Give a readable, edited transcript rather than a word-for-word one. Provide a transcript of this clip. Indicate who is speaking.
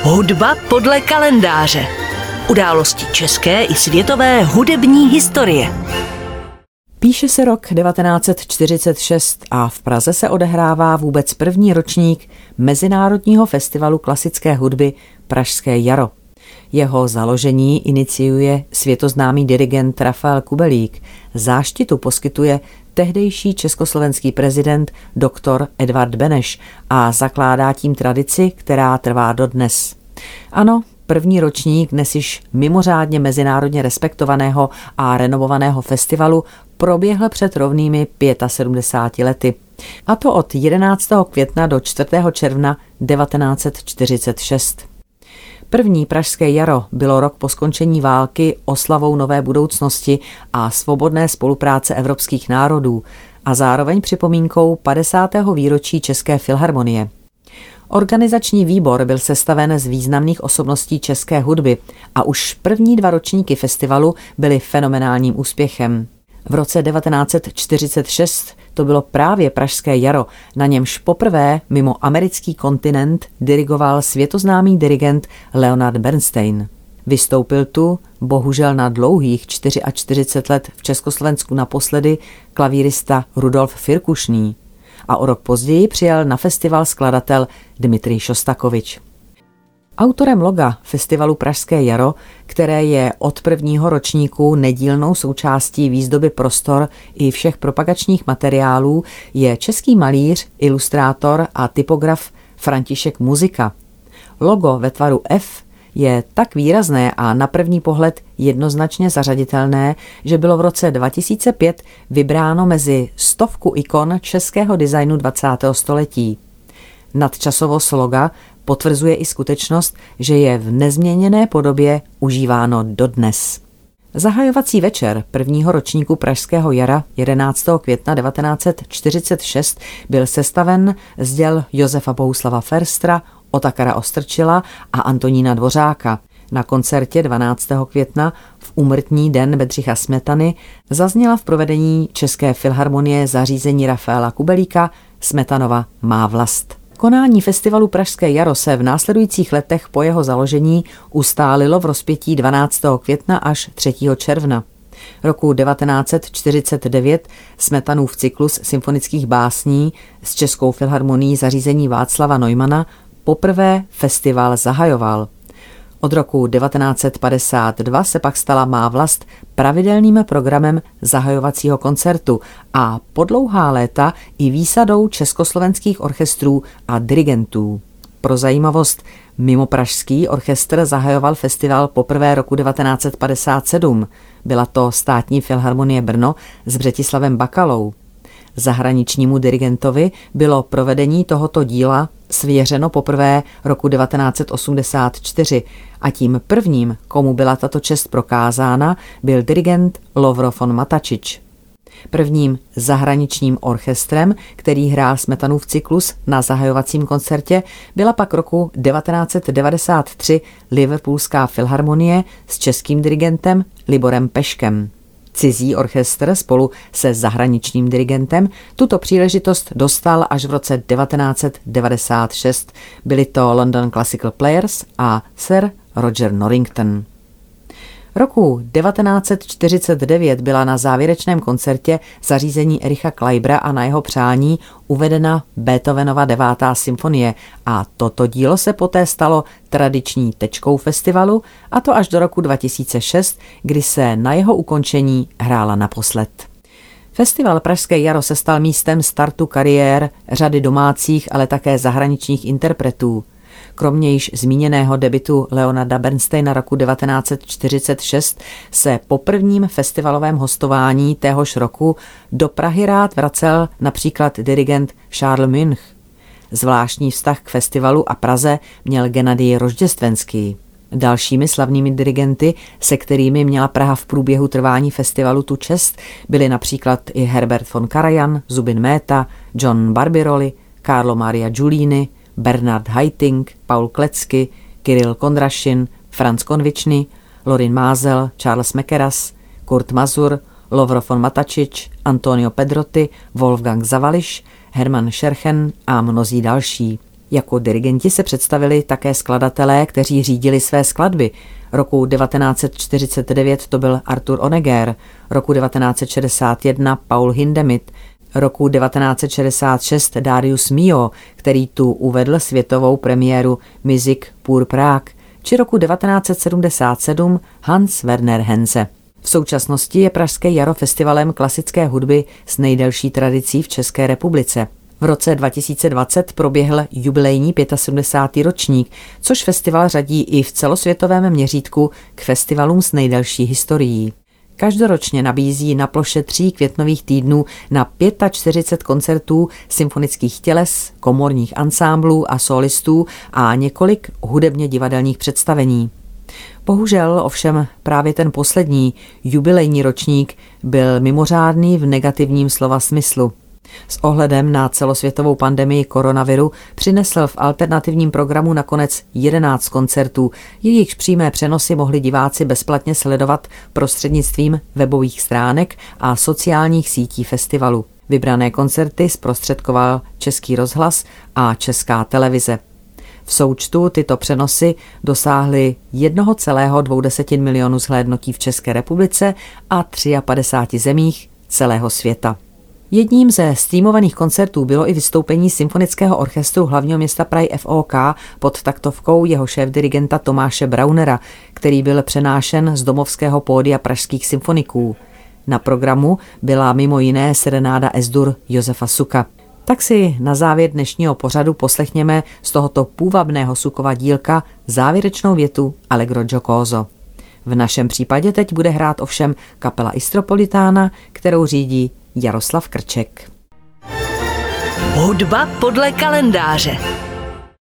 Speaker 1: Hudba podle kalendáře. Události české i světové hudební historie.
Speaker 2: Píše se rok 1946 a v Praze se odehrává vůbec první ročník Mezinárodního festivalu klasické hudby Pražské jaro. Jeho založení iniciuje světoznámý dirigent Rafael Kubelík. Záštitu poskytuje tehdejší československý prezident dr. Edvard Beneš a zakládá tím tradici, která trvá dodnes. Ano, první ročník dnes již mimořádně mezinárodně respektovaného a renomovaného festivalu proběhl před rovnými 75 lety. A to od 11. května do 4. června 1946. První Pražské jaro bylo rok po skončení války oslavou nové budoucnosti a svobodné spolupráce evropských národů a zároveň připomínkou 50. výročí České filharmonie. Organizační výbor byl sestaven z významných osobností české hudby a už první 2 ročníky festivalu byly fenomenálním úspěchem. V roce 1946 to bylo právě Pražské jaro, na němž poprvé mimo americký kontinent dirigoval světoznámý dirigent Leonard Bernstein. Vystoupil tu, bohužel na dlouhých 44 let v Československu naposledy, klavírista Rudolf Firkušný. A o rok později přijel na festival skladatel Dmitrij Šostakovič. Autorem loga festivalu Pražské jaro, které je od prvního ročníku nedílnou součástí výzdoby prostor i všech propagačních materiálů, je český malíř, ilustrátor a typograf František Muzika. Logo ve tvaru F je tak výrazné a na první pohled jednoznačně zařaditelné, že bylo v roce 2005 vybráno mezi 100 ikon českého designu 20. století. Nadčasovost loga potvrzuje i skutečnost, že je v nezměněné podobě užíváno dodnes. Zahajovací večer prvního ročníku Pražského jara 11. května 1946 byl sestaven z děl Josefa Bohuslava Ferstra, Otakara Ostrčila a Antonína Dvořáka. Na koncertě 12. května v úmrtní den Bedřicha Smetany zazněla v provedení České filharmonie zařízení Rafaela Kubelíka Smetanova Má vlast. Konání festivalu Pražské jaro se v následujících letech po jeho založení ustálilo v rozpětí 12. května až 3. června. Roku 1949 Smetanův cyklus symfonických básní s Českou filharmonií zařízení Václava Neumana poprvé festival zahajoval. Od roku 1952 se pak stala Má vlast pravidelným programem zahajovacího koncertu a po dlouhá léta i výsadou československých orchestrů a dirigentů. Pro zajímavost, mimo pražský orchestr zahajoval festival poprvé roku 1957. Byla to Státní filharmonie Brno s Břetislavem Bakalou. Zahraničnímu dirigentovi bylo provedení tohoto díla svěřeno poprvé roku 1984 a tím prvním, komu byla tato čest prokázána, byl dirigent Lovro von Matačič. Prvním zahraničním orchestrem, který hrál Smetanův cyklus na zahajovacím koncertě, byla pak roku 1993 Liverpoolská filharmonie s českým dirigentem Liborem Peškem. Cizí orchestr spolu se zahraničním dirigentem tuto příležitost dostal až v roce 1996. Byli to London Classical Players a Sir Roger Norrington. Roku 1949 byla na závěrečném koncertě zařízení Ericha Kleibera a na jeho přání uvedena Beethovenova 9. symfonie a toto dílo se poté stalo tradiční tečkou festivalu, a to až do roku 2006, kdy se na jeho ukončení hrála naposled. Festival Pražské jaro se stal místem startu kariér řady domácích, ale také zahraničních interpretů. Kromě již zmíněného debutu Leonarda Bernsteina roku 1946 se po prvním festivalovém hostování téhož roku do Prahy rád vracel například dirigent Charles Münch. Zvláštní vztah k festivalu a Praze měl Gennadij Rožděstvenský. Dalšími slavnými dirigenty, se kterými měla Praha v průběhu trvání festivalu tu čest, byli například i Herbert von Karajan, Zubin Mehta, John Barbirolli, Carlo Maria Giulini, Bernard Haitink, Paul Klecky, Kiril Kondrašin, Franz Konvičny, Lorin Mázel, Charles Mekeras, Kurt Mazur, Lovro von Matačič, Antonio Pedrotti, Wolfgang Zawalisch, Hermann Scherchen a mnozí další. Jako dirigenti se představili také skladatelé, kteří řídili své skladby. Roku 1949 to byl Arthur Honegger, roku 1961 Paul Hindemith, roku 1966 Darius Milhaud, který tu uvedl světovou premiéru Music pour Prague, či roku 1977 Hans Werner Henze. V současnosti je Pražské jaro festivalem klasické hudby s nejdelší tradicí v České republice. V roce 2020 proběhl jubilejní 75. ročník, což festival řadí i v celosvětovém měřítku k festivalům s nejdelší historií. Každoročně nabízí na ploše 3 květnových týdnů na 45 koncertů symfonických těles, komorních ansámblů a solistů a několik hudebně divadelních představení. Bohužel ovšem právě ten poslední jubilejní ročník byl mimořádný v negativním slova smyslu. S ohledem na celosvětovou pandemii koronaviru přinesl v alternativním programu nakonec 11 koncertů, jejichž přímé přenosy mohli diváci bezplatně sledovat prostřednictvím webových stránek a sociálních sítí festivalu. Vybrané koncerty zprostředkoval Český rozhlas a Česká televize. V součtu tyto přenosy dosáhly 1,2 milionu zhlédnutí v České republice a 53 zemích celého světa. Jedním ze streamovaných koncertů bylo i vystoupení Symfonického orchestru hlavního města Prahy FOK pod taktovkou jeho šéfdirigenta Tomáše Braunera, který byl přenášen z domovského pódia pražských symfoniků. Na programu byla mimo jiné serenáda Es-Dur Josefa Suka. Tak si na závěr dnešního pořadu poslechněme z tohoto půvabného Sukova dílka závěrečnou větu Allegro giocoso. V našem případě teď bude hrát ovšem kapela Istropolitana, kterou řídí Jaroslav Krček.
Speaker 1: Hudba podle kalendáře.